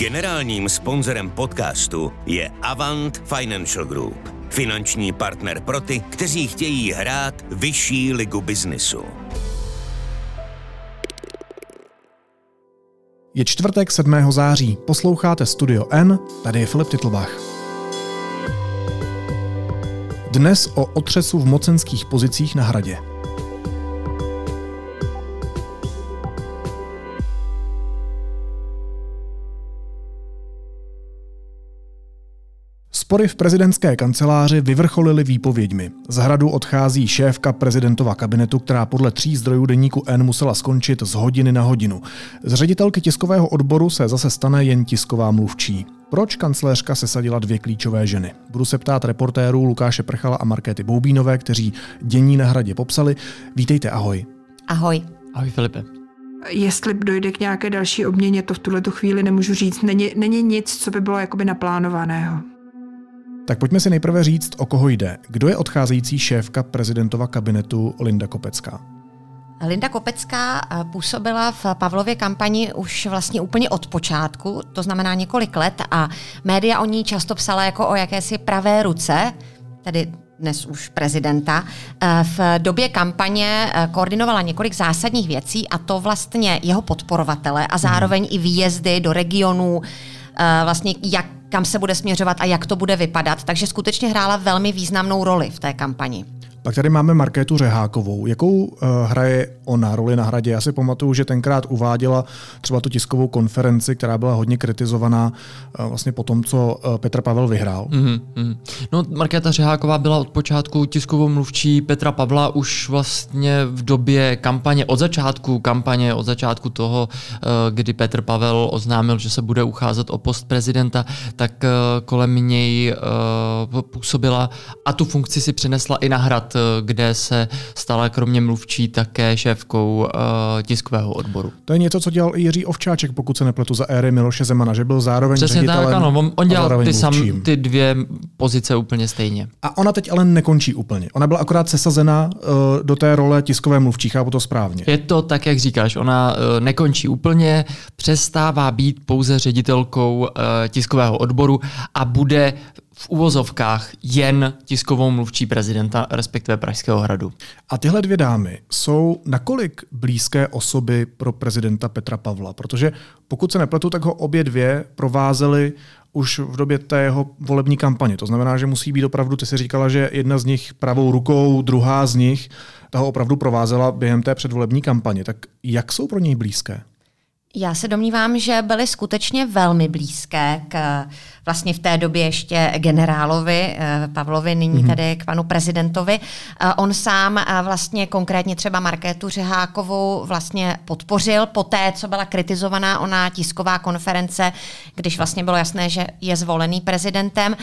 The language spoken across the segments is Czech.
Generálním sponzorem podcastu je Avant Financial Group. Finanční partner pro ty, kteří chtějí hrát vyšší ligu biznisu. Je čtvrtek 7. září, posloucháte Studio N, tady je Filip Titlbach. Dnes o otřesu v mocenských pozicích na Hradě. Spory v prezidentské kanceláři vyvrcholily výpověďmi. Z Hradu odchází šéfka prezidentova kabinetu, která podle 3 zdrojů deníku N musela skončit z hodiny na hodinu. Z ředitelky tiskového odboru se zase stane jen tisková mluvčí. Proč kancléřka sesadila 2 klíčové ženy? Budu se ptát reportérů Lukáše Prchala a Markéty Boubínové, kteří dění na Hradě popsali. Vítejte, ahoj. Ahoj. Ahoj, Filipe. Jestli dojde k nějaké další obměně, to v tuhletu chvíli nemůžu říct. Není nic, co by bylo jakoby naplánovaného. Tak pojďme si nejprve říct, o koho jde. Kdo je odcházející šéfka prezidentova kabinetu Linda Kopecká? Linda Kopecká působila v Pavlově kampani už vlastně úplně od počátku, to znamená několik let, a média o ní často psala jako o jakési pravé ruce, tedy dnes už prezidenta. V době kampaně koordinovala několik zásadních věcí, a to vlastně jeho podporovatele a zároveň i výjezdy do regionů, vlastně kam se bude směřovat a jak to bude vypadat. Takže skutečně hrála velmi významnou roli v té kampani. Pak tady máme Markétu Řehákovou. Jakou hraje ona roli na Hradě? Já si pamatuju, že tenkrát uváděla třeba tu tiskovou konferenci, která byla hodně kritizovaná vlastně po tom, co Petr Pavel vyhrál. No, Markéta Řeháková byla od počátku tiskovou mluvčí Petra Pavla už vlastně v době kampaně, od začátku toho, kdy Petr Pavel oznámil, že se bude ucházet o post prezidenta, tak kolem něj působila a tu funkci si přinesla i na Hrad, kde se stala kromě mluvčí také šéfkou tiskového odboru. To je něco, co dělal i Jiří Ovčáček, pokud se nepletu, za éry Miloše Zemana, že byl zároveň ředitelem. Přesně tak, ano. On dělal ty 2 pozice úplně stejně. A ona teď ale nekončí úplně. Ona byla akorát sesazena do té role tiskové mluvčí, chápu to správně. Je to tak, jak říkáš. Ona nekončí úplně, přestává být pouze ředitelkou tiskového odboru a bude v uvozovkách jen tiskovou mluvčí prezidenta, respektive Pražského hradu. A tyhle 2 dámy jsou nakolik blízké osoby pro prezidenta Petra Pavla? Protože pokud se nepletu, tak ho obě 2 provázely už v době té jeho volební kampaně. To znamená, že musí být opravdu, ty si říkala, že jedna z nich pravou rukou, druhá z nich toho opravdu provázela během té předvolební kampaně. Tak jak jsou pro něj blízké? Já se domnívám, že byly skutečně velmi blízké k vlastně v té době ještě generálovi Pavlovi, nyní tedy k panu prezidentovi. On sám vlastně konkrétně třeba Markétu Řehákovou vlastně podpořil poté, co byla kritizovaná ona tisková konference, když vlastně bylo jasné, že je zvolený prezidentem.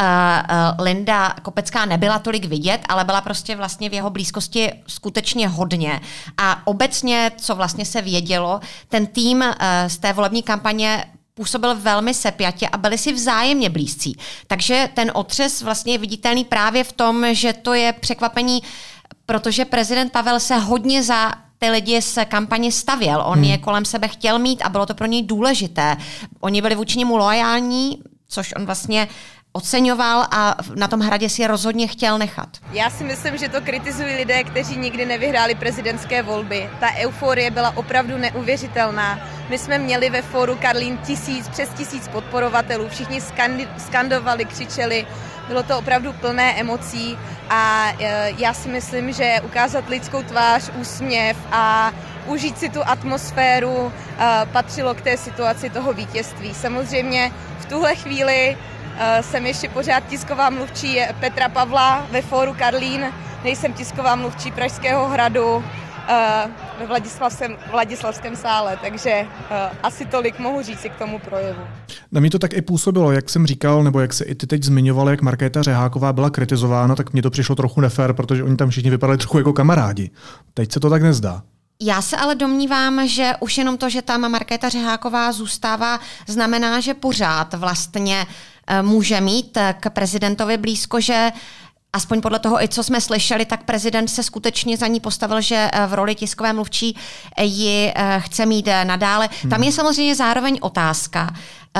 Linda Kopecká nebyla tolik vidět, ale byla prostě vlastně v jeho blízkosti skutečně hodně. A obecně, co vlastně se vědělo, ten tým z té volební kampaně působil velmi sepjatě a byli si vzájemně blízcí. Takže ten otřes vlastně je viditelný právě v tom, že to je překvapení, protože prezident Pavel se hodně za ty lidi z kampaně stavěl. On je kolem sebe chtěl mít a bylo to pro něj důležité. Oni byli vůči němu loajální, což on vlastně oceňoval a na tom Hradě si je rozhodně chtěl nechat. Já si myslím, že to kritizují lidé, kteří nikdy nevyhráli prezidentské volby. Ta euforie byla opravdu neuvěřitelná. My jsme měli ve fóru Karlín přes 1000 podporovatelů, všichni skandovali, křičeli, bylo to opravdu plné emocí a já si myslím, že ukázat lidskou tvář, úsměv a užít si tu atmosféru patřilo k té situaci toho vítězství. Samozřejmě v tuhle chvíli jsem ještě pořád tisková mluvčí Petra Pavla ve fóru Karlín, nejsem tisková mluvčí Pražského hradu ve Vladislavském sále, takže asi tolik mohu říct k tomu projevu. Na mě to tak i působilo, jak jsem říkal, nebo jak se i ty teď zmiňoval, jak Markéta Řeháková byla kritizována, tak mně to přišlo trochu nefér, protože oni tam všichni vypadali trochu jako kamarádi. Teď se to tak nezdá. Já se ale domnívám, že už jenom to, že tam Markéta Řeháková zůstává, znamená, že pořád vlastně může mít k prezidentovi blízko, že aspoň podle toho, i co jsme slyšeli, tak prezident se skutečně za ní postavil, že v roli tiskové mluvčí ji chce mít nadále. Tam je samozřejmě zároveň otázka,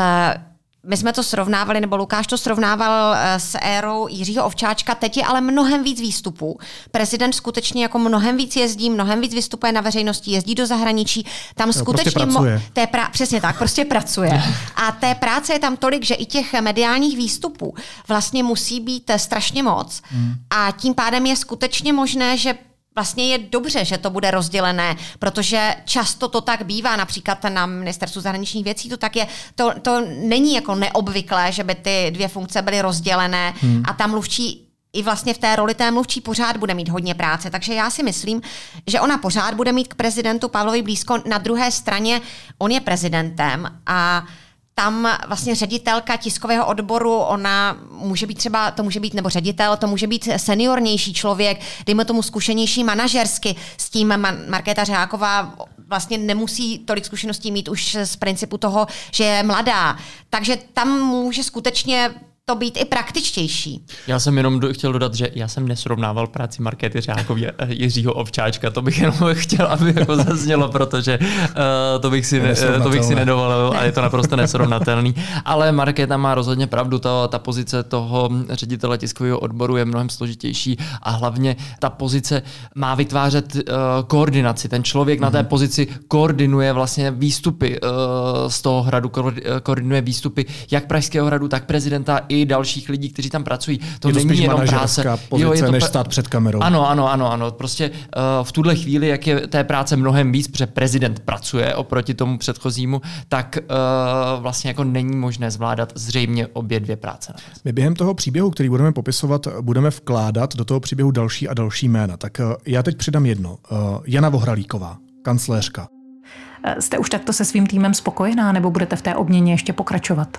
my jsme to srovnávali, nebo Lukáš to srovnával s érou Jiřího Ovčáčka, teď je ale mnohem víc výstupů. Prezident skutečně jako mnohem víc jezdí, mnohem víc vystupuje na veřejnosti, jezdí do zahraničí, tam skutečně pracuje. Přesně tak, prostě pracuje. A té práce je tam tolik, že i těch mediálních výstupů vlastně musí být strašně moc. A tím pádem je skutečně možné, že vlastně je dobře, že to bude rozdělené, protože často to tak bývá, například na ministerstvu zahraničních věcí to tak je. To není jako neobvyklé, že by ty dvě funkce byly rozdělené a ta mluvčí i vlastně v té roli té mluvčí pořád bude mít hodně práce. Takže já si myslím, že ona pořád bude mít k prezidentu Pavlovi blízko. Na druhé straně on je prezidentem a tam vlastně ředitelka tiskového odboru, ona může být třeba, to může být, nebo ředitel, to může být seniornější člověk, dejme tomu zkušenější manažersky, s tím Markéta Řeháková vlastně nemusí tolik zkušeností mít už z principu toho, že je mladá. Takže tam může skutečně to být i praktičtější. Já jsem jenom chtěl dodat, že já jsem nesrovnával práci Markéty Řehákové a Jiřího Ovčáčka. To bych jenom chtěl, aby jako zaznělo, protože to bych si nedovolil a je to naprosto nesrovnatelný. Ale Markéta má rozhodně pravdu, ta pozice toho ředitele tiskového odboru je mnohem složitější a hlavně ta pozice má vytvářet koordinaci. Ten člověk na té pozici koordinuje vlastně výstupy z toho hradu, koordinuje výstupy jak Pražského hradu, tak prezidenta i dalších lidí, kteří tam pracují. To je to není jenom práce. Pozice, než stát před kamerou. Ano. Prostě v tuhle chvíli, jak je té práce mnohem víc, protože prezident pracuje oproti tomu předchozímu, tak vlastně jako není možné zvládat zřejmě obě dvě práce. My během toho příběhu, který budeme popisovat, budeme vkládat do toho příběhu další a další jména. Tak já teď přidám jedno. Jana Vohralíková, kancléřka. Jste už takto se svým týmem spokojená, nebo budete v té obměně ještě pokračovat?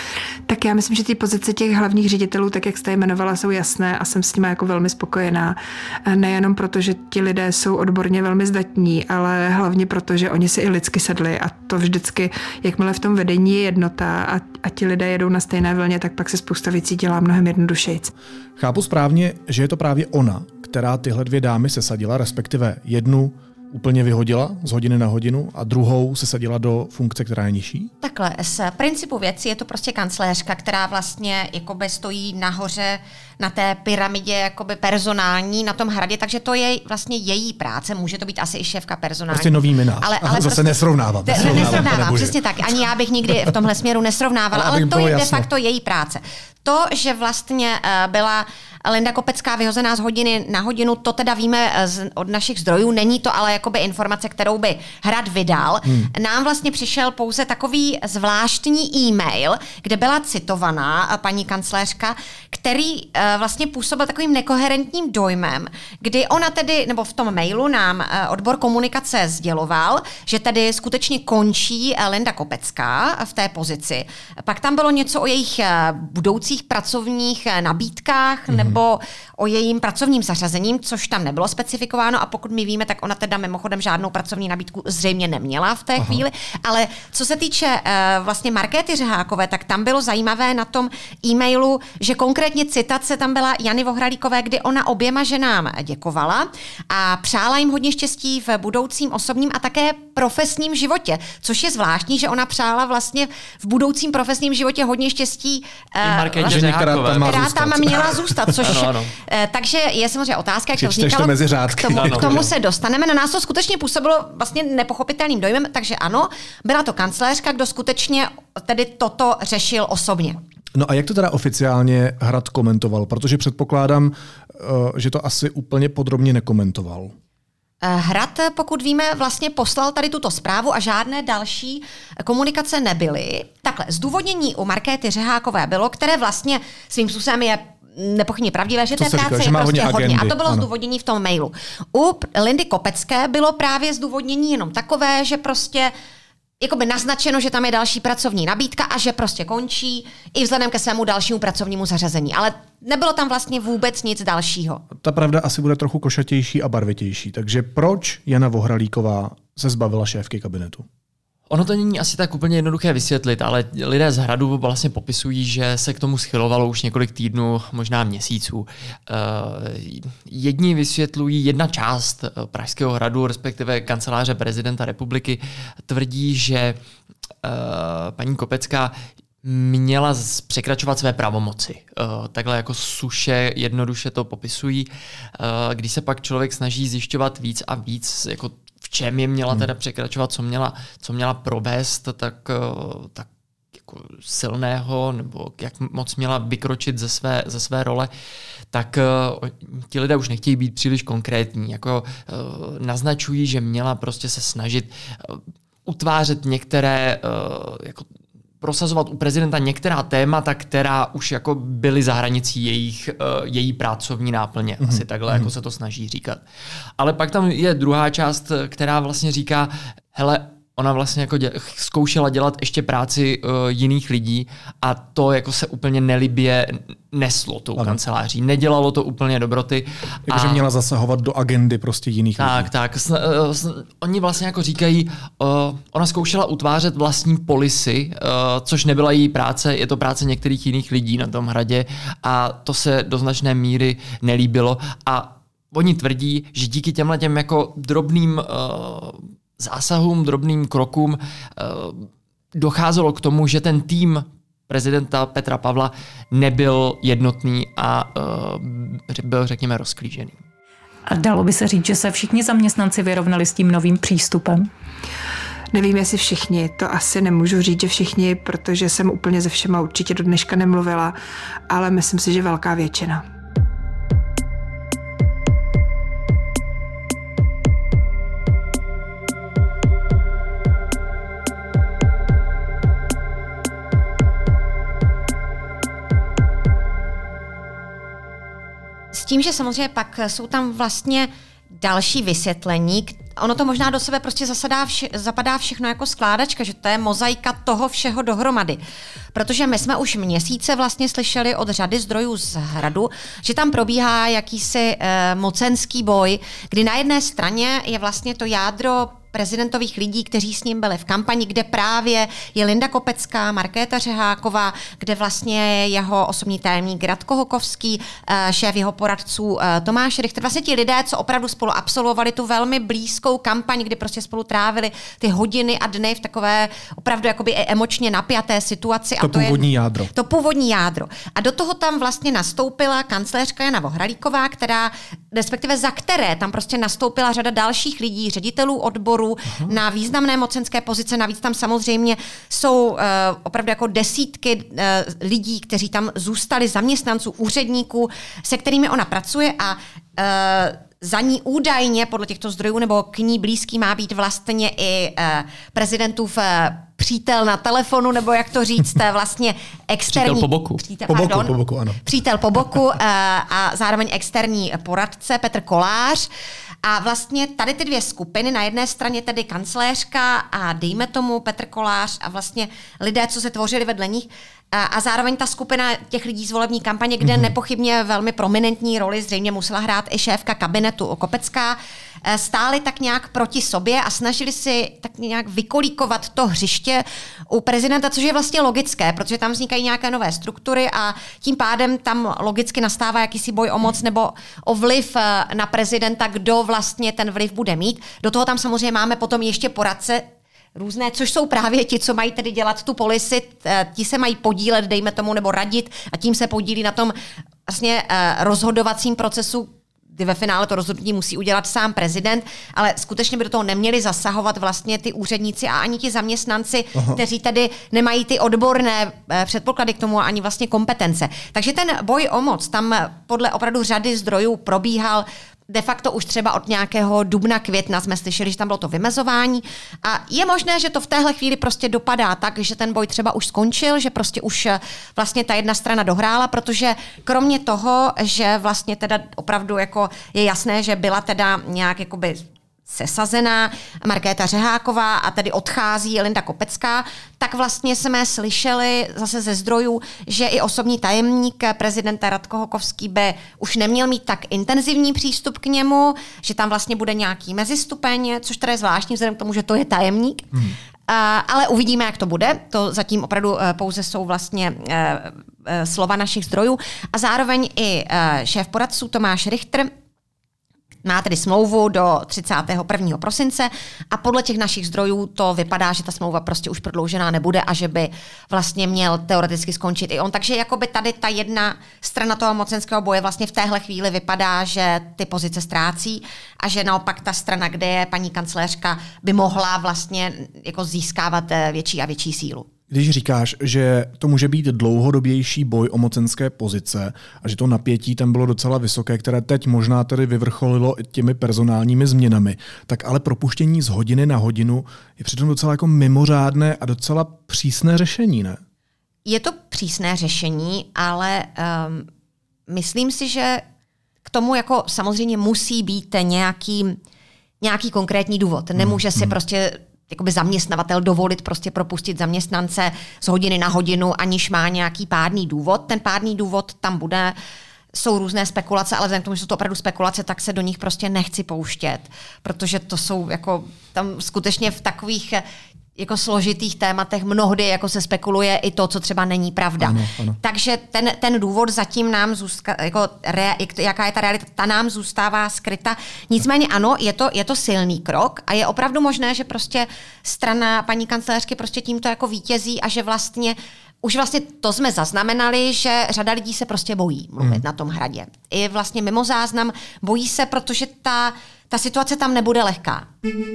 Tak já myslím, že ty pozice těch hlavních ředitelů, tak jak jste jmenovala, jsou jasné a jsem s nimi jako velmi spokojená. Nejenom proto, že ti lidé jsou odborně velmi zdatní, ale hlavně proto, že oni si i lidsky sedli a to vždycky, jakmile v tom vedení je jednota a ti lidé jedou na stejné vlně, tak pak se spousta věcí dělá mnohem jednodušejc. Chápu správně, že je to právě ona, která tyhle dvě dámy sesadila, respektive jednu úplně vyhodila z hodiny na hodinu a druhou se sadila do funkce, která je nižší? Takhle, z principu věci je to prostě kancléřka, která vlastně jakoby stojí nahoře na té pyramidě jakoby personální na tom hradě, takže to je vlastně její práce, může to být asi i šéfka personální. Prostě nový jména. Ale zase prostě nesrovnávám, přesně tak. Ani já bych nikdy v tomhle směru nesrovnávala, ale to je de facto její práce. To, že vlastně byla Linda Kopecká vyhozená z hodiny na hodinu, to teda víme od našich zdrojů, není to ale jakoby informace, kterou by Hrad vydal. Nám vlastně přišel pouze takový zvláštní e-mail, kde byla citovaná paní kancléřka, který vlastně působil takovým nekoherentním dojmem, kdy ona tedy, nebo v tom mailu nám odbor komunikace sděloval, že tedy skutečně končí Linda Kopecká v té pozici. Pak tam bylo něco o jejich budoucích pracovních nabídkách nebo o jejím pracovním zařazením, což tam nebylo specifikováno a pokud my víme, tak ona teda mimochodem žádnou pracovní nabídku zřejmě neměla v té chvíli, ale co se týče vlastně Markéty Řehákové, tak tam bylo zajímavé na tom e-mailu, že konkrétně citace tam byla Jany Vohralíkové, kdy ona oběma ženám děkovala a přála jim hodně štěstí v budoucím osobním a také profesním životě, což je zvláštní, že ona přála vlastně v budoucím profesním životě hodně štěstí, která tam měla zůstat, což ano. Takže je samozřejmě otázka, jak to vznikalo. K tomu se dostaneme. Na nás to skutečně působilo vlastně nepochopitelným dojmem, takže ano, byla to kancléřka, kdo skutečně tedy toto řešil osobně. No a jak to teda oficiálně Hrad komentoval? Protože předpokládám, že to asi úplně podrobně nekomentoval. Hrad, pokud víme, vlastně poslal tady tuto zprávu a žádné další komunikace nebyly. Takhle, zdůvodnění u Markéty Řehákové bylo, které vlastně svým způsobem je nepochybně pravdivé, že té práce je prostě hodně. A to bylo zdůvodnění v tom mailu. U Lindy Kopecké bylo právě zdůvodnění jenom takové, že prostě jakoby naznačeno, že tam je další pracovní nabídka a že prostě končí i vzhledem ke svému dalšímu pracovnímu zařazení. Ale nebylo tam vlastně vůbec nic dalšího. Ta pravda asi bude trochu košatější a barvitější. Takže proč Jana Vohralíková se zbavila šéfky kabinetu? Ono to není asi tak úplně jednoduché vysvětlit, ale lidé z Hradu vlastně popisují, že se k tomu schylovalo už několik týdnů, možná měsíců. Jedni vysvětlují, jedna část Pražského hradu, respektive kanceláře prezidenta republiky, tvrdí, že paní Kopecká měla překračovat své pravomoci. Takhle jako suše, jednoduše to popisují. Když se pak člověk snaží zjišťovat víc a víc, jako v čem je měla teda překračovat, co měla provést, tak jako silného, nebo jak moc měla vykročit ze své role, tak ti lidé už nechtějí být příliš konkrétní. Jako naznačují, že měla prostě se snažit utvářet některé jako prosazovat u prezidenta některá témata, která už jako byly za hranicí její pracovní náplně. Asi takhle jako se to snaží říkat. Ale pak tam je druhá část, která vlastně říká, hele, ona vlastně jako zkoušela dělat ještě práci jiných lidí a to jako se úplně nelibě neslo tou kanceláří. Nedělalo to úplně dobroty. Takže měla zasahovat do agendy prostě jiných lidí. Tak. Oni vlastně jako říkají, ona zkoušela utvářet vlastní policy, což nebyla její práce, je to práce některých jiných lidí na tom hradě a to se do značné míry nelíbilo a oni tvrdí, že díky těmhletěm jako drobným zásahům, drobným krokům docházelo k tomu, že ten tým prezidenta Petra Pavla nebyl jednotný a byl, řekněme, rozklížený. A dalo by se říct, že se všichni zaměstnanci vyrovnali s tím novým přístupem? Nevím, jestli všichni, to asi nemůžu říct, že všichni, protože jsem úplně se všema určitě do dneška nemluvila, ale myslím si, že velká většina. S tím, že samozřejmě pak jsou tam vlastně další vysvětlení. Ono to možná do sebe prostě zapadá všechno jako skládačka, že to je mozaika toho všeho dohromady. Protože my jsme už měsíce vlastně slyšeli od řady zdrojů z Hradu, že tam probíhá jakýsi mocenský boj, kdy na jedné straně je vlastně to jádro prezidentových lidí, kteří s ním byli v kampani, kde právě je Linda Kopecká, Markéta Řeháková, kde vlastně je jeho osobní tajemník Radko Hokovský, šéf jeho poradců Tomáš Richter. Vlastně ti lidé, co opravdu spolu absolvovali tu velmi blízkou kampaň, kdy prostě spolu trávili ty hodiny a dny v takové opravdu jakoby emočně napjaté situaci. To původní jádro. To původní jádro. A do toho tam vlastně nastoupila kancléřka Jana Vohralíková, respektive za které tam prostě nastoupila řada dalších lidí, ředitelů odboru, na významné mocenské pozice. Navíc tam samozřejmě jsou opravdu jako desítky lidí, kteří tam zůstali, zaměstnanců, úředníků, se kterými ona pracuje a za ní údajně, podle těchto zdrojů, nebo k ní blízký má být vlastně i prezidentův přítel na telefonu, nebo jak to říct, vlastně externí... Přítel po boku. Po boku, ano. Přítel po boku a zároveň externí poradce Petr Kolář. A vlastně tady ty dvě skupiny, na jedné straně tedy kancléřka a dejme tomu Petr Kolář a vlastně lidé, co se tvořili vedle nich, a zároveň ta skupina těch lidí z volební kampaně, kde nepochybně velmi prominentní roli zřejmě musela hrát i šéfka kabinetu Kopecká, stáli tak nějak proti sobě a snažili si tak nějak vykolíkovat to hřiště u prezidenta, což je vlastně logické, protože tam vznikají nějaké nové struktury a tím pádem tam logicky nastává jakýsi boj o moc nebo o vliv na prezidenta, kdo vlastně ten vliv bude mít. Do toho tam samozřejmě máme potom ještě poradce různé, což jsou právě ti, co mají tedy dělat tu policy, ti se mají podílet, dejme tomu, nebo radit a tím se podílí na tom vlastně rozhodovacím procesu, kdy ve finále to rozhodnutí musí udělat sám prezident, ale skutečně by do toho neměli zasahovat vlastně ty úředníci a ani ti zaměstnanci, kteří tady nemají ty odborné předpoklady k tomu a ani vlastně kompetence. Takže ten boj o moc tam podle opravdu řady zdrojů probíhal de facto už třeba od nějakého dubna, května jsme slyšeli, že tam bylo to vymezování a je možné, že to v téhle chvíli prostě dopadá tak, že ten boj třeba už skončil, že prostě už vlastně ta jedna strana dohrála, protože kromě toho, že vlastně teda opravdu jako je jasné, že byla teda nějak jakoby sesazená Markéta Řeháková a tedy odchází Linda Kopecká, tak vlastně jsme slyšeli zase ze zdrojů, že i osobní tajemník prezidenta Radko Hokovský by už neměl mít tak intenzivní přístup k němu, že tam vlastně bude nějaký mezistupeň, což teda je zvláštní vzhledem k tomu, že to je tajemník. Ale uvidíme, jak to bude. To zatím opravdu pouze jsou vlastně slova našich zdrojů. A zároveň i šéf poradců Tomáš Richter má tedy smlouvu do 31. prosince a podle těch našich zdrojů to vypadá, že ta smlouva prostě už prodloužená nebude a že by vlastně měl teoreticky skončit i on. Takže jakoby tady ta jedna strana toho mocenského boje vlastně v téhle chvíli vypadá, že ty pozice ztrácí a že naopak ta strana, kde je paní kancléřka, by mohla vlastně jako získávat větší a větší sílu. Když říkáš, že to může být dlouhodobější boj o mocenské pozice a že to napětí tam bylo docela vysoké, které teď možná tedy vyvrcholilo těmi personálními změnami, tak ale propuštění z hodiny na hodinu je přitom docela jako mimořádné a docela přísné řešení, ne? Je to přísné řešení, ale myslím si, že k tomu jako samozřejmě musí být nějaký konkrétní důvod. Nemůže si prostě jakoby zaměstnavatel dovolit prostě propustit zaměstnance z hodiny na hodinu, aniž má nějaký pádný důvod. Ten pádný důvod tam bude, jsou různé spekulace, ale vzhledem k tomu, že jsou to opravdu spekulace, tak se do nich prostě nechci pouštět, protože to jsou jako tam skutečně v takových jako složitých tématech mnohdy jako se spekuluje i to, co třeba není pravda. Ano. Takže ten důvod zatím nám zůstává, jako jaká je ta realita, ta nám zůstává skryta. Nicméně ano, je to silný krok a je opravdu možné, že prostě strana paní kancléřky prostě tímto jako vítězí a že už vlastně to jsme zaznamenali, že řada lidí se prostě bojí mluvit na tom hradě. I vlastně mimo záznam bojí se, protože ta situace tam nebude lehká.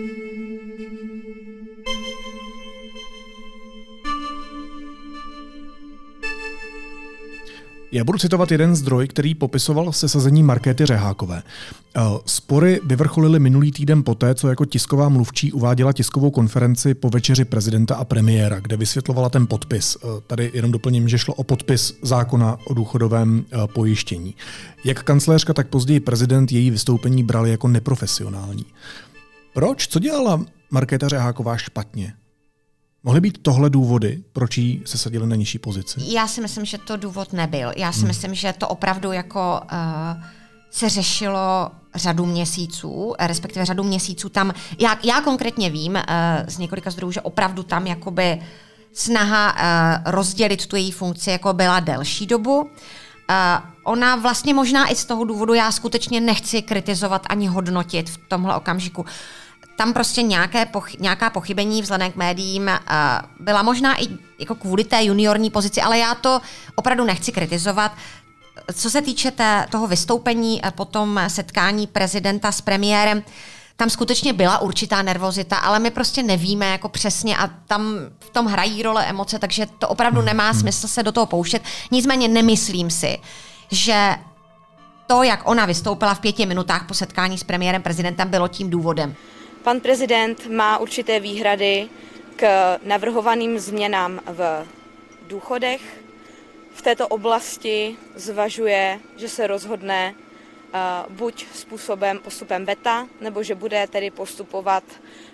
Já budu citovat jeden zdroj, který popisoval sesazení Markéty Řehákové. Spory vyvrcholily minulý týden poté, co jako tisková mluvčí uváděla tiskovou konferenci po večeři prezidenta a premiéra, kde vysvětlovala ten podpis. Tady jenom doplním, že šlo o podpis zákona o důchodovém pojištění. Jak kancléřka, tak později prezident její vystoupení brali jako neprofesionální. Proč? Co dělala Markéta Řeháková špatně? Mohly být tohle důvody, proč jí se sadili na nižší pozici? Já si myslím, že to důvod nebyl. Já si myslím, že to opravdu jako se řešilo řadu měsíců, respektive řadu měsíců tam. Já konkrétně vím z několika zdrojů, že opravdu tam jakoby snaha rozdělit tu její funkci jako byla delší dobu. Ona vlastně možná i z toho důvodu, já skutečně nechci kritizovat ani hodnotit v tomhle okamžiku. Tam prostě nějaká pochybení vzhledem k médiím byla možná i jako kvůli té juniorní pozici, ale já to opravdu nechci kritizovat. Co se týče toho vystoupení po tom setkání prezidenta s premiérem, tam skutečně byla určitá nervozita, ale my prostě nevíme jako přesně a tam v tom hrají role emoce, takže to opravdu nemá smysl se do toho pouštět. Nicméně nemyslím si, že to, jak ona vystoupila v 5 minutách po setkání s premiérem prezidentem, bylo tím důvodem. Pan prezident má určité výhrady k navrhovaným změnám v důchodech. V této oblasti zvažuje, že se rozhodne buď postupem veta, nebo že bude tedy postupovat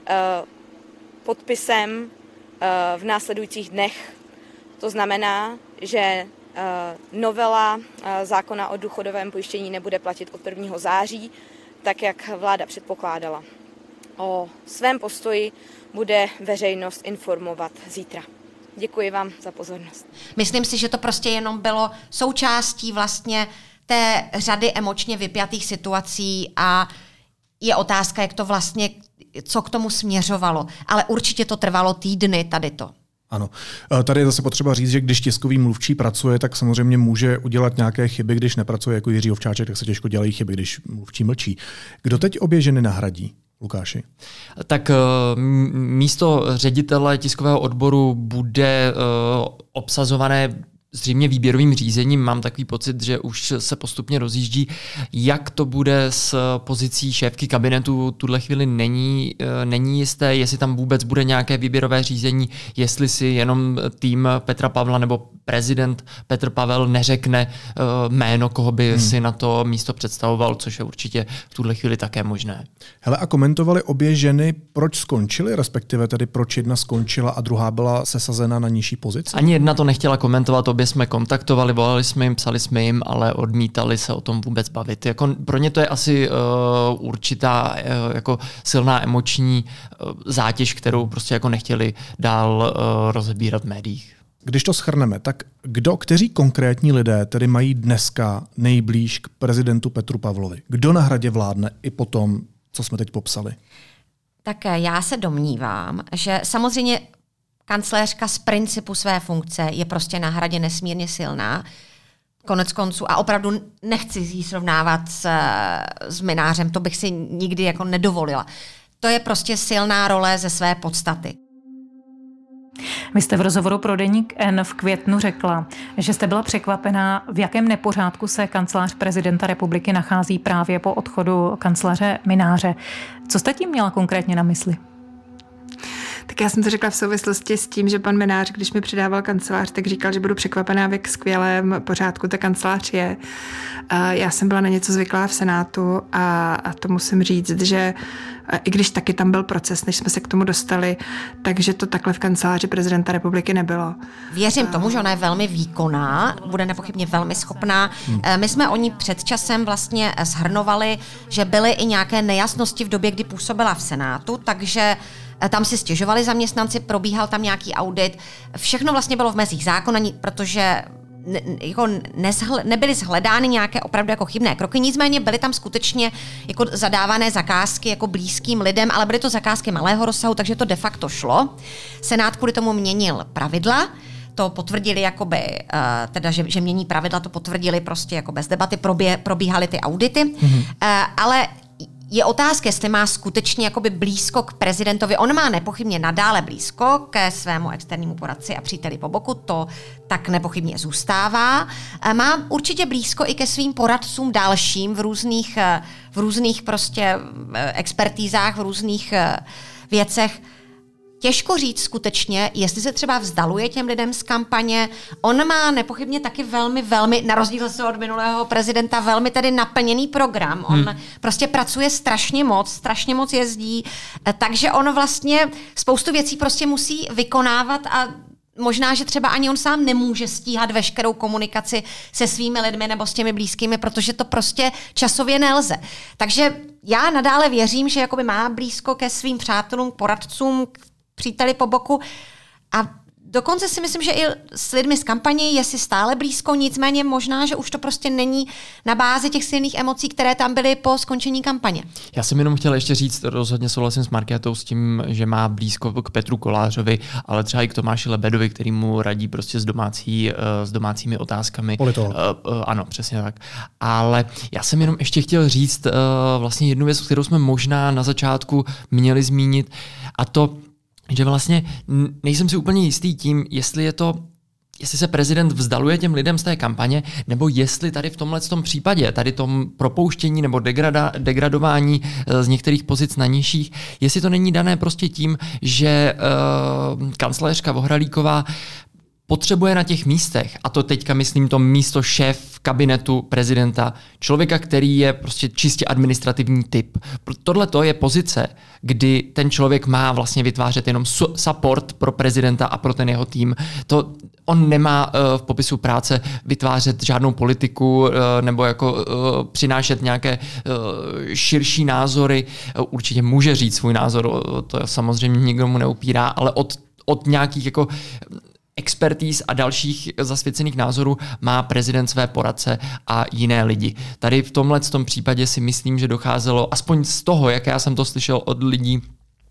podpisem v následujících dnech. To znamená, že novela zákona o důchodovém pojištění nebude platit od 1. září, tak jak vláda předpokládala. O svém postoji bude veřejnost informovat zítra. Děkuji vám za pozornost. Myslím si, že to prostě jenom bylo součástí vlastně té řady emočně vypjatých situací a je otázka, jak to vlastně, co k tomu směřovalo. Ale určitě to trvalo týdny tady to. Ano. Tady je zase potřeba říct, že když tiskový mluvčí pracuje, tak samozřejmě může udělat nějaké chyby, když nepracuje jako Jiří Ovčáček, tak se těžko dělají chyby, když mluvčí mlčí. Kdo teď obě ženy nahradí? Lukáši? Tak místo ředitele tiskového odboru bude obsazované zřejmě výběrovým řízením. Mám takový pocit, že už se postupně rozjíždí. Jak to bude s pozicí šéfky kabinetu, tuhle chvíli není jisté, jestli tam vůbec bude nějaké výběrové řízení, jestli si jenom tým Petra Pavla nebo prezident Petr Pavel neřekne jméno, koho by si na to místo představoval, což je určitě v tuhle chvíli také možné. Hele, a komentovali obě ženy, proč skončily, respektive tedy proč jedna skončila a druhá byla sesazena na nižší pozici? Ani jedna to nechtěla komentovat, obě době jsme kontaktovali, volali jsme jim, psali jsme jim, ale odmítali se o tom vůbec bavit. Jako pro ně to je asi určitá jako silná emoční zátěž, kterou prostě jako nechtěli dál rozebírat v médiích. Když to shrneme, tak kteří konkrétní lidé tedy mají dneska nejblíž k prezidentu Petru Pavlovi? Kdo na Hradě vládne i po tom, co jsme teď popsali? Tak já se domnívám, že samozřejmě kancléřka z principu své funkce je prostě na Hradě nesmírně silná. Konec konců a opravdu nechci ji srovnávat s Mynářem, to bych si nikdy jako nedovolila. To je prostě silná role ze své podstaty. Vy jste v rozhovoru pro deník N v květnu řekla, že jste byla překvapená, v jakém nepořádku se kancelář prezidenta republiky nachází právě po odchodu kancléře Mynáře. Co jste tím měla konkrétně na mysli? Tak já jsem to řekla v souvislosti s tím, že pan Mynář, když mi předával kancelář, tak říkal, že budu překvapená, v jak skvělém pořádku ta kancelář je. Já jsem byla na něco zvyklá v Senátu a to musím říct, že i když taky tam byl proces, než jsme se k tomu dostali, takže to takhle v kanceláři prezidenta republiky nebylo. Věřím tomu, že ona je velmi výkonná, bude nepochybně velmi schopná. My jsme o ní před časem vlastně shrnovali, že byly i nějaké nejasnosti v době, kdy působila v Senátu, takže tam si stěžovali zaměstnanci, probíhal tam nějaký audit. Všechno vlastně bylo v mezích zákona, protože nebyly shledány nějaké opravdu jako chybné kroky, nicméně byly tam skutečně jako zadávané zakázky jako blízkým lidem, ale byly to zakázky malého rozsahu, takže to de facto šlo. Senát kvůli tomu měnil pravidla, to potvrdili jakoby, teda, že mění pravidla, to potvrdili prostě jako bez debaty, probíhaly ty audity, ale je otázka, jestli má skutečně jakoby blízko k prezidentovi. On má nepochybně nadále blízko ke svému externímu poradci a příteli po boku, to tak nepochybně zůstává. Má určitě blízko i ke svým poradcům dalším v různých prostě expertízách, v různých věcech. Těžko říct skutečně, jestli se třeba vzdaluje těm lidem z kampaně. On má nepochybně taky velmi, na rozdíl se od minulého prezidenta, velmi tedy naplněný program. On prostě pracuje strašně moc jezdí, takže on vlastně spoustu věcí prostě musí vykonávat a možná, že třeba ani on sám nemůže stíhat veškerou komunikaci se svými lidmi nebo s těmi blízkými, protože to prostě časově nelze. Takže já nadále věřím, že jakoby má blízko ke svým přátelům, poradcům, příteli po boku a dokonce si myslím, že i s lidmi z kampaně je si stále blízko, nicméně možná, že už to prostě není na bázi těch silných emocí, které tam byly po skončení kampaně. Já jsem jenom chtěl ještě říct, rozhodně souhlasím s Markétou s tím, že má blízko k Petru Kolářovi, ale třeba i k Tomáši Lebedovi, který mu radí prostě s domácími otázkami. Politolog. Ano, přesně tak. Ale já jsem jenom ještě chtěl říct vlastně jednu věc, kterou jsme možná na začátku měli zmínit, a to že vlastně nejsem si úplně jistý tím, jestli se prezident vzdaluje těm lidem z té kampaně, nebo jestli tady v tomhletom případě, tady tom propouštění nebo degradování z některých pozic na nižších, jestli to není dané prostě tím, že kancléřka Vohralíková potřebuje na těch místech, a to teďka myslím to místo šéf kabinetu prezidenta, člověka, který je prostě čistě administrativní typ. Tohleto je pozice, kdy ten člověk má vlastně vytvářet jenom support pro prezidenta a pro ten jeho tým. On nemá v popisu práce vytvářet žádnou politiku nebo jako přinášet nějaké širší názory. Určitě může říct svůj názor, to samozřejmě nikdo mu neupírá, ale od nějakých jako expertíz a dalších zasvěcených názorů má prezident své poradce a jiné lidi. Tady v tomhle případě si myslím, že docházelo, aspoň z toho, jak já jsem to slyšel od lidí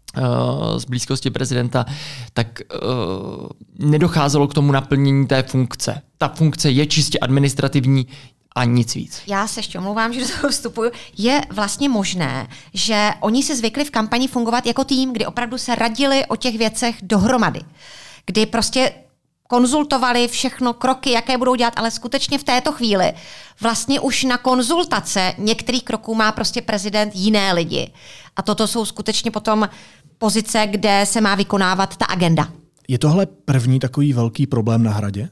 z blízkosti prezidenta, tak nedocházelo k tomu naplnění té funkce. Ta funkce je čistě administrativní a nic víc. Já se ještě omlouvám, že do toho vstupuju. Je vlastně možné, že oni si zvykli v kampani fungovat jako tým, kdy opravdu se radili o těch věcech dohromady. Kdy prostě konzultovali všechno, kroky, jaké budou dělat, ale skutečně v této chvíli vlastně už na konzultace některých kroků má prostě prezident jiné lidi. A toto jsou skutečně potom pozice, kde se má vykonávat ta agenda. Je tohle první takový velký problém na Hradě?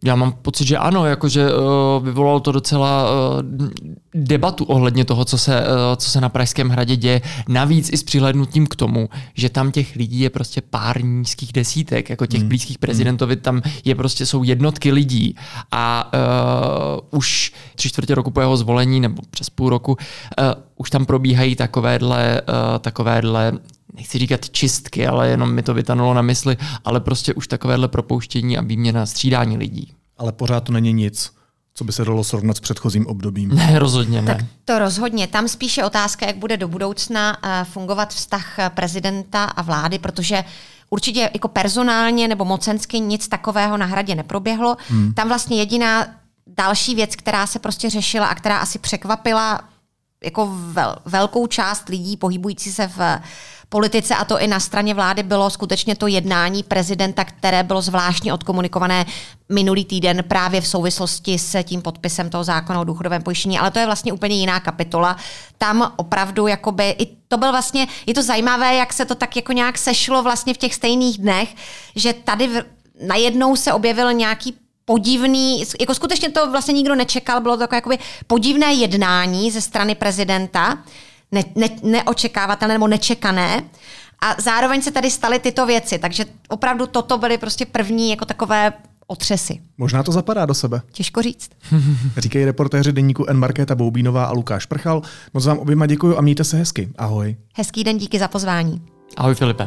Já mám pocit, že ano, jakože vyvolalo to docela debatu ohledně toho, co se na Pražském hradě děje. Navíc i s přihlédnutím k tomu, že tam těch lidí je prostě pár nízkých desítek, jako těch blízkých prezidentovi, tam je prostě jsou jednotky lidí a už 3/4 roku po jeho zvolení, nebo přes půl roku, už tam probíhají takovéhle nechci říkat čistky, ale jenom mi to vytanulo na mysli, ale prostě už takovéhle propouštění a výměna, střídání lidí. Ale pořád to není nic, co by se dalo srovnat s předchozím obdobím. Ne, rozhodně ne. Tak to rozhodně. Tam spíše otázka, jak bude do budoucna fungovat vztah prezidenta a vlády, protože určitě jako personálně nebo mocensky nic takového na hradě neproběhlo. Tam vlastně jediná další věc, která se prostě řešila a která asi překvapila jako velkou část lidí pohybující se v politice, a to i na straně vlády, bylo skutečně to jednání prezidenta, které bylo zvláštně odkomunikované minulý týden právě v souvislosti s tím podpisem toho zákona o důchodovém pojištění, ale to je vlastně úplně jiná kapitola. Tam opravdu jakoby, i to byl vlastně, je to zajímavé, jak se to tak jako nějak sešlo vlastně v těch stejných dnech, že tady najednou se objevil nějaký podivný, jako skutečně to vlastně nikdo nečekal, bylo to takové jakoby podivné jednání ze strany prezidenta, neočekávatelné nebo nečekané. A zároveň se tady staly tyto věci, takže opravdu toto byly prostě první jako takové otřesy. Možná to zapadá do sebe. Těžko říct. Říkají reportéři deníku N Markéta Boubínová a Lukáš Prchal. Moc vám oběma děkuju a mějte se hezky. Ahoj. Hezký den, díky za pozvání. Ahoj Filipe.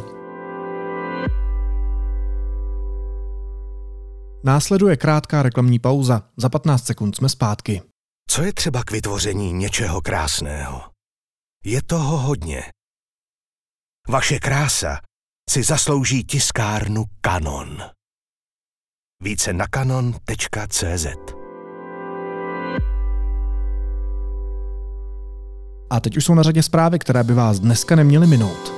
Následuje krátká reklamní pauza. Za 15 sekund jsme zpátky. Co je třeba k vytvoření něčeho krásného? Je toho hodně. Vaše krása si zaslouží tiskárnu Canon. Více na canon.cz. A teď už jsou na řadě zprávy, které by vás dneska neměly minout.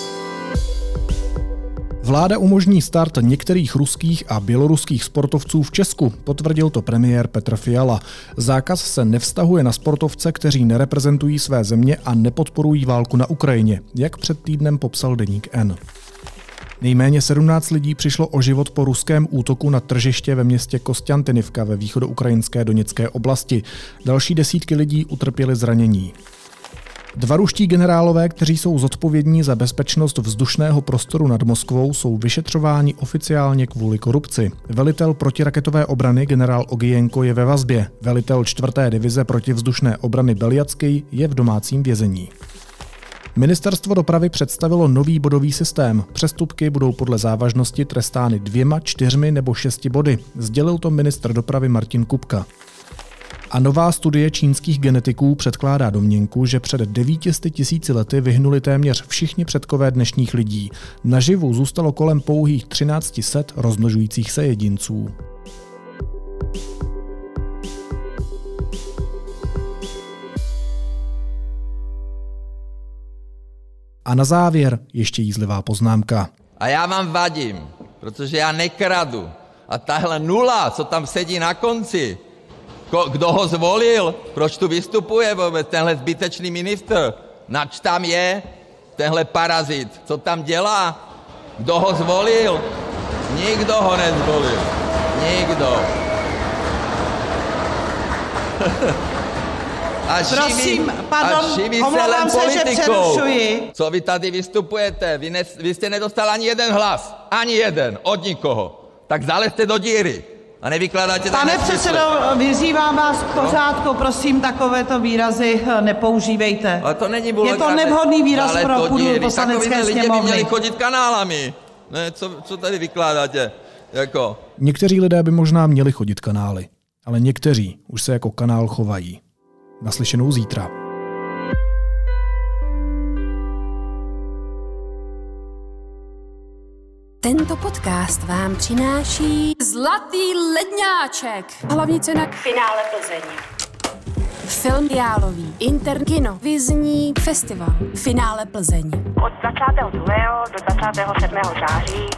Vláda umožní start některých ruských a běloruských sportovců v Česku, potvrdil to premiér Petr Fiala. Zákaz se nevztahuje na sportovce, kteří nereprezentují své země a nepodporují válku na Ukrajině, jak před týdnem popsal deník N. Nejméně 17 lidí přišlo o život po ruském útoku na tržiště ve městě Kostjantinivka ve východoukrajinské Doněcké oblasti. Další desítky lidí utrpěly zranění. 2 ruští generálové, kteří jsou zodpovědní za bezpečnost vzdušného prostoru nad Moskvou, jsou vyšetřováni oficiálně kvůli korupci. Velitel protiraketové obrany generál Ogienko je ve vazbě. Velitel 4. divize protivzdušné obrany Beljacký je v domácím vězení. Ministerstvo dopravy představilo nový bodový systém. Přestupky budou podle závažnosti trestány 2, 4 nebo 6 body. Sdělil to ministr dopravy Martin Kupka. A nová studie čínských genetiků předkládá domněnku, že před 900 000 lety vyhnuli téměř všichni předkové dnešních lidí. Naživu zůstalo kolem pouhých 1300 rozmnožujících se jedinců. A na závěr ještě jízlivá poznámka. A já vám vadím, protože já nekradu. A tahle nula, co tam sedí na konci, kdo ho zvolil? Proč tu vystupuje vůbec tenhle zbytečný ministr? Nač tam je tenhle parazit? Co tam dělá? Kdo ho zvolil? Nikdo ho nezvolil. Nikdo. Prosím, pardon, omlouvám se, že přerušuji. Co vy tady vystupujete? Vy jste nedostal ani jeden hlas. Ani jeden. Od nikoho. Tak zalezte do díry. A nevykládáte. Pane předsedo, vyzývám vás k pořádku, prosím, takovéto výrazy nepoužívejte. Ale to není vulgární. Je to nevhodný výraz pro půdu Poslanecké sněmovny. Takový lidi by měli chodit kanálami. Ne, co tady vykládáte? Jako. Někteří lidé by možná měli chodit kanály, ale někteří už se jako kanál chovají. Naslyšenou zítra. Tento podcast vám přináší Zlatý ledňáček. Hlavní cena Finále Plzeň. Film Jálový. Interkino. Vizní festival. Finále Plzeň. Od 22. do 27. září